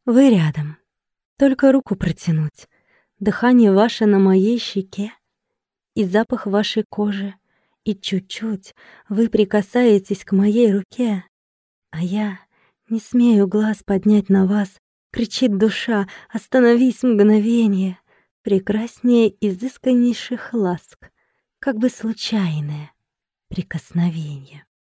Вы рядом, только руку протянуть. Дыхание ваше на моей щеке, и запах вашей кожи, и чуть-чуть вы прикасаетесь к моей руке, а я не смею глаз поднять на вас. Кричит душа: остановись мгновенье, прекраснее изысканнейших ласк, как бы случайное прикосновение.